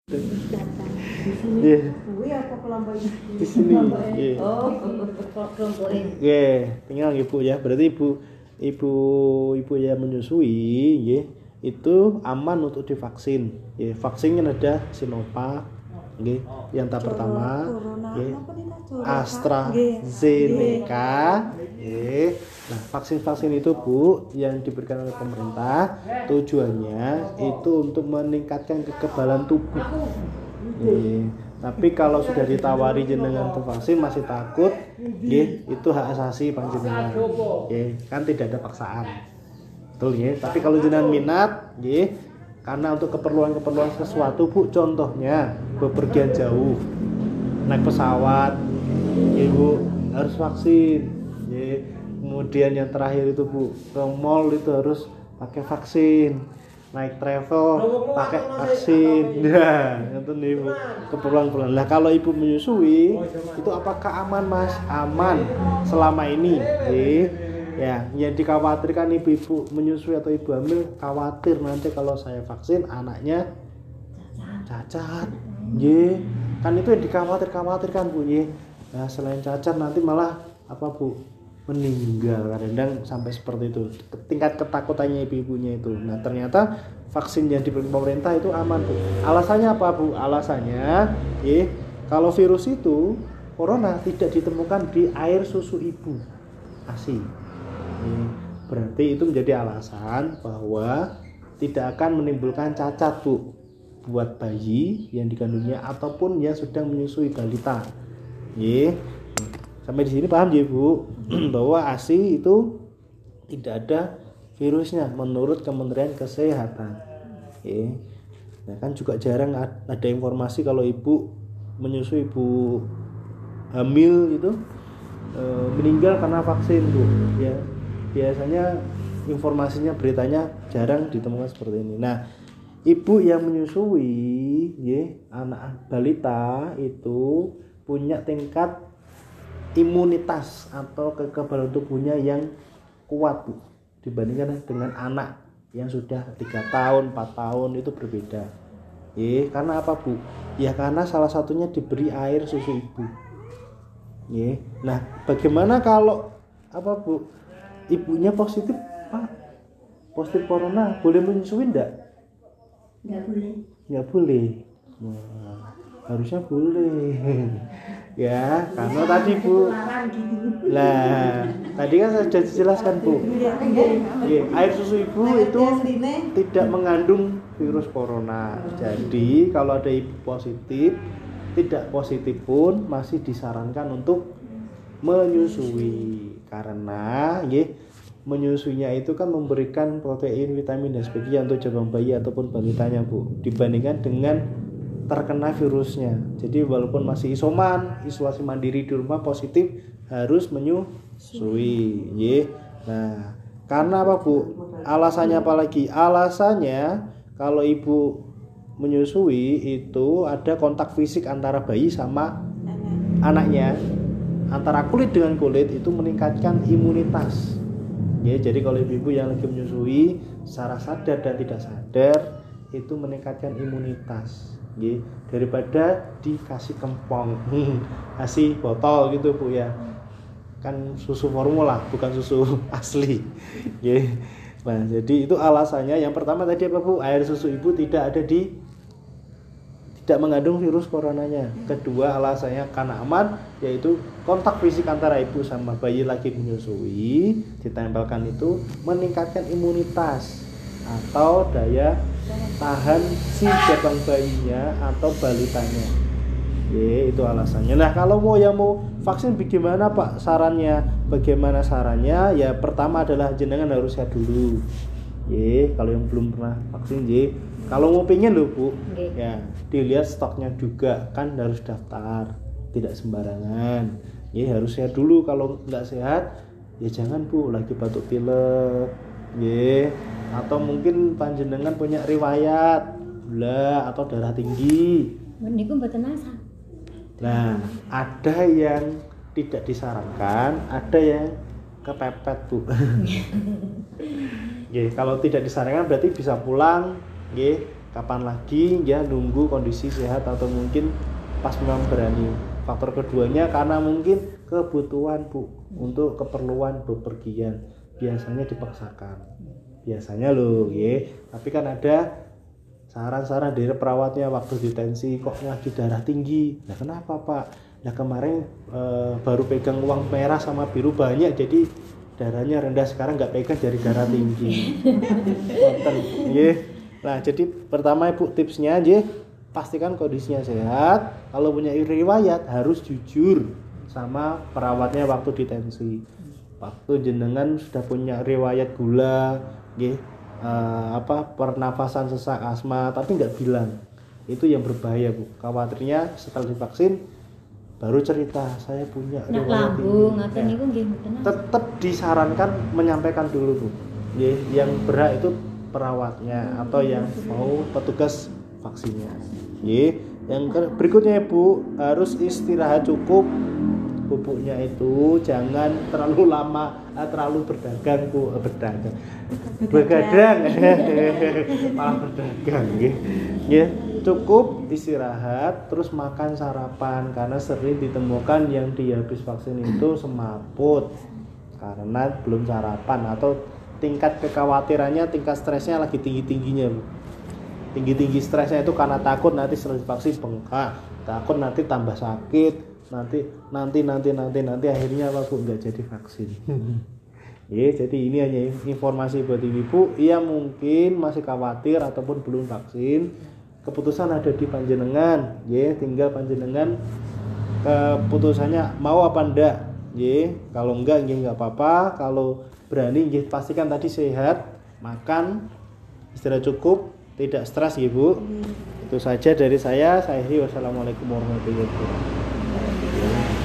Iya. Kuwi apa kelompok ini? Di sini. Iya. Oh, kelompok ini. Oke, tinggal ibu ya. Berarti ibu yang menyusui, ya, itu aman untuk divaksin. Ya, vaksinnya ada Sinovac, ya, yang tahap pertama, ya, AstraZeneca, ya. Nah, vaksin-vaksin itu Bu yang diberikan oleh pemerintah tujuannya itu untuk meningkatkan kekebalan tubuh. Ya. Tapi kalau sudah ditawari jenengan untuk vaksin masih takut, itu hak asasi panjenengan. Kan tidak ada paksaan. Betul ya. Tapi kalau jenengan minat, karena untuk keperluan sesuatu Bu, contohnya bepergian jauh, naik pesawat, Bu harus vaksin. Kemudian yang terakhir itu Bu, ke mall itu harus pakai vaksin. Naik travel pakai vaksin. Ya, itu nih Bu, keperluan. Lah kalau ibu menyusui itu apakah aman Mas? Aman selama ini. Ya, yang dikhawatirkan ibu menyusui atau ibu hamil khawatir nanti kalau saya vaksin anaknya cacat. Kan itu yang dikhawatirkan Bu. Nah, selain cacat nanti malah apa Bu? Meninggal, kadang sampai seperti itu tingkat ketakutannya ibu-ibunya itu. Nah ternyata vaksin yang diberikan pemerintah itu aman Bu. Alasannya apa Bu? Alasannya kalau virus itu corona tidak ditemukan di air susu ibu ASI. Berarti itu menjadi alasan bahwa tidak akan menimbulkan cacat Bu buat bayi yang dikandungnya ataupun yang sedang menyusui balita. Sampai di sini paham ya Bu, bahwa ASI itu tidak ada virusnya menurut Kementerian Kesehatan. Nah kan juga jarang ada informasi kalau ibu menyusui, ibu hamil itu meninggal karena vaksin Bu. Ya biasanya informasinya, beritanya jarang ditemukan seperti ini. Nah ibu yang menyusui, anak balita itu punya tingkat imunitas atau kekebalan tubuhnya yang kuat Bu dibandingkan dengan anak yang sudah 3 tahun, 4 tahun itu berbeda. Karena apa Bu? Ya karena salah satunya diberi air susu ibu. Nah, bagaimana kalau apa Bu? Ibunya positif Pak? Positif corona, boleh menyusui enggak? Enggak boleh. Nah, harusnya boleh. Ya, karena tadi Bu. Lah, tadi kan saya sudah dijelaskan Bu. Air susu ibu itu tidak mengandung virus corona. Jadi, kalau ada ibu positif, tidak positif pun masih disarankan untuk menyusui. Karena menyusuinya itu kan memberikan protein, vitamin dan sebagainya untuk janin bayi ataupun balitanya Bu, dibandingkan dengan terkena virusnya. Jadi walaupun masih isolasi mandiri di rumah positif harus menyusui. Nah, karena apa Bu? Alasannya apa lagi? Alasannya kalau ibu menyusui itu ada kontak fisik antara bayi sama anaknya. Antara kulit dengan kulit itu meningkatkan imunitas. Jadi kalau ibu yang lagi menyusui secara sadar dan tidak sadar itu meningkatkan imunitas. Daripada dikasih kempong, kasih botol gitu Bu ya, kan susu formula bukan susu asli. Nah jadi itu alasannya. Yang pertama tadi apa Bu? Air susu ibu tidak mengandung virus coronanya. Kedua alasannya karena aman, yaitu kontak fisik antara ibu sama bayi lagi menyusui ditempelkan itu meningkatkan imunitas atau daya tahan si jabang bayinya atau balitanya. Itu alasannya. Nah kalau mau vaksin bagaimana Pak sarannya? Bagaimana sarannya? Ya pertama adalah jenengan harus sehat dulu. Kalau yang belum pernah vaksin, kalau mau pengen loh Bu, ya dilihat stoknya juga, kan harus daftar, tidak sembarangan. Harus sehat dulu. Kalau nggak sehat, ya jangan Bu, lagi batuk pilek. Atau mungkin panjenengan punya riwayat gula atau darah tinggi. Niku mboten masak. Nah, ada yang tidak disarankan, ada yang kepepet Bu. Kalau tidak disarankan berarti bisa pulang, kapan lagi ya, nunggu kondisi sehat atau mungkin pas memang berani. Faktor keduanya karena mungkin kebutuhan Bu untuk keperluan bepergian, biasanya dipaksakan biasanya loh ya. Tapi kan ada saran-saran dari perawatnya waktu detensi kok lagi darah tinggi. Nah kenapa Pak? Nah kemarin baru pegang uang merah sama biru banyak jadi darahnya rendah, sekarang nggak pegang dari darah tinggi. Nah jadi pertama Ibu tipsnya aja, pastikan kondisinya sehat. Kalau punya riwayat harus jujur sama perawatnya waktu detensi. Waktu jenengan sudah punya riwayat gula, pernafasan sesak, asma, tapi nggak bilang, itu yang berbahaya Bu. Khawatirnya setelah divaksin baru cerita saya punya riwayat ini. Tetap disarankan menyampaikan dulu Bu. Yang berhak itu perawatnya atau yang mau petugas vaksinnya. Yang berikutnya Bu, harus istirahat cukup. Pupuknya itu jangan terlalu lama, terlalu berdagang Bu, begadang malah berdagang cukup istirahat, terus makan sarapan, karena sering ditemukan yang habis vaksin itu semaput karena belum sarapan atau tingkat kekhawatirannya, tingkat stresnya lagi tinggi-tingginya Bu. Tinggi-tinggi stresnya itu karena takut nanti setelah divaksin bengkak, takut nanti tambah sakit, nanti akhirnya apa Bu, nggak jadi vaksin. Jadi ini hanya informasi buat ibu yang mungkin masih khawatir ataupun belum vaksin. Keputusan ada di panjenengan, tinggal panjenengan keputusannya mau apa enggak. Kalau enggak nggak apa-apa, kalau berani pastikan tadi sehat, makan, istirahat cukup, tidak stres Bu. Itu saja dari saya. Wassalamualaikum warahmatullahi wabarakatuh.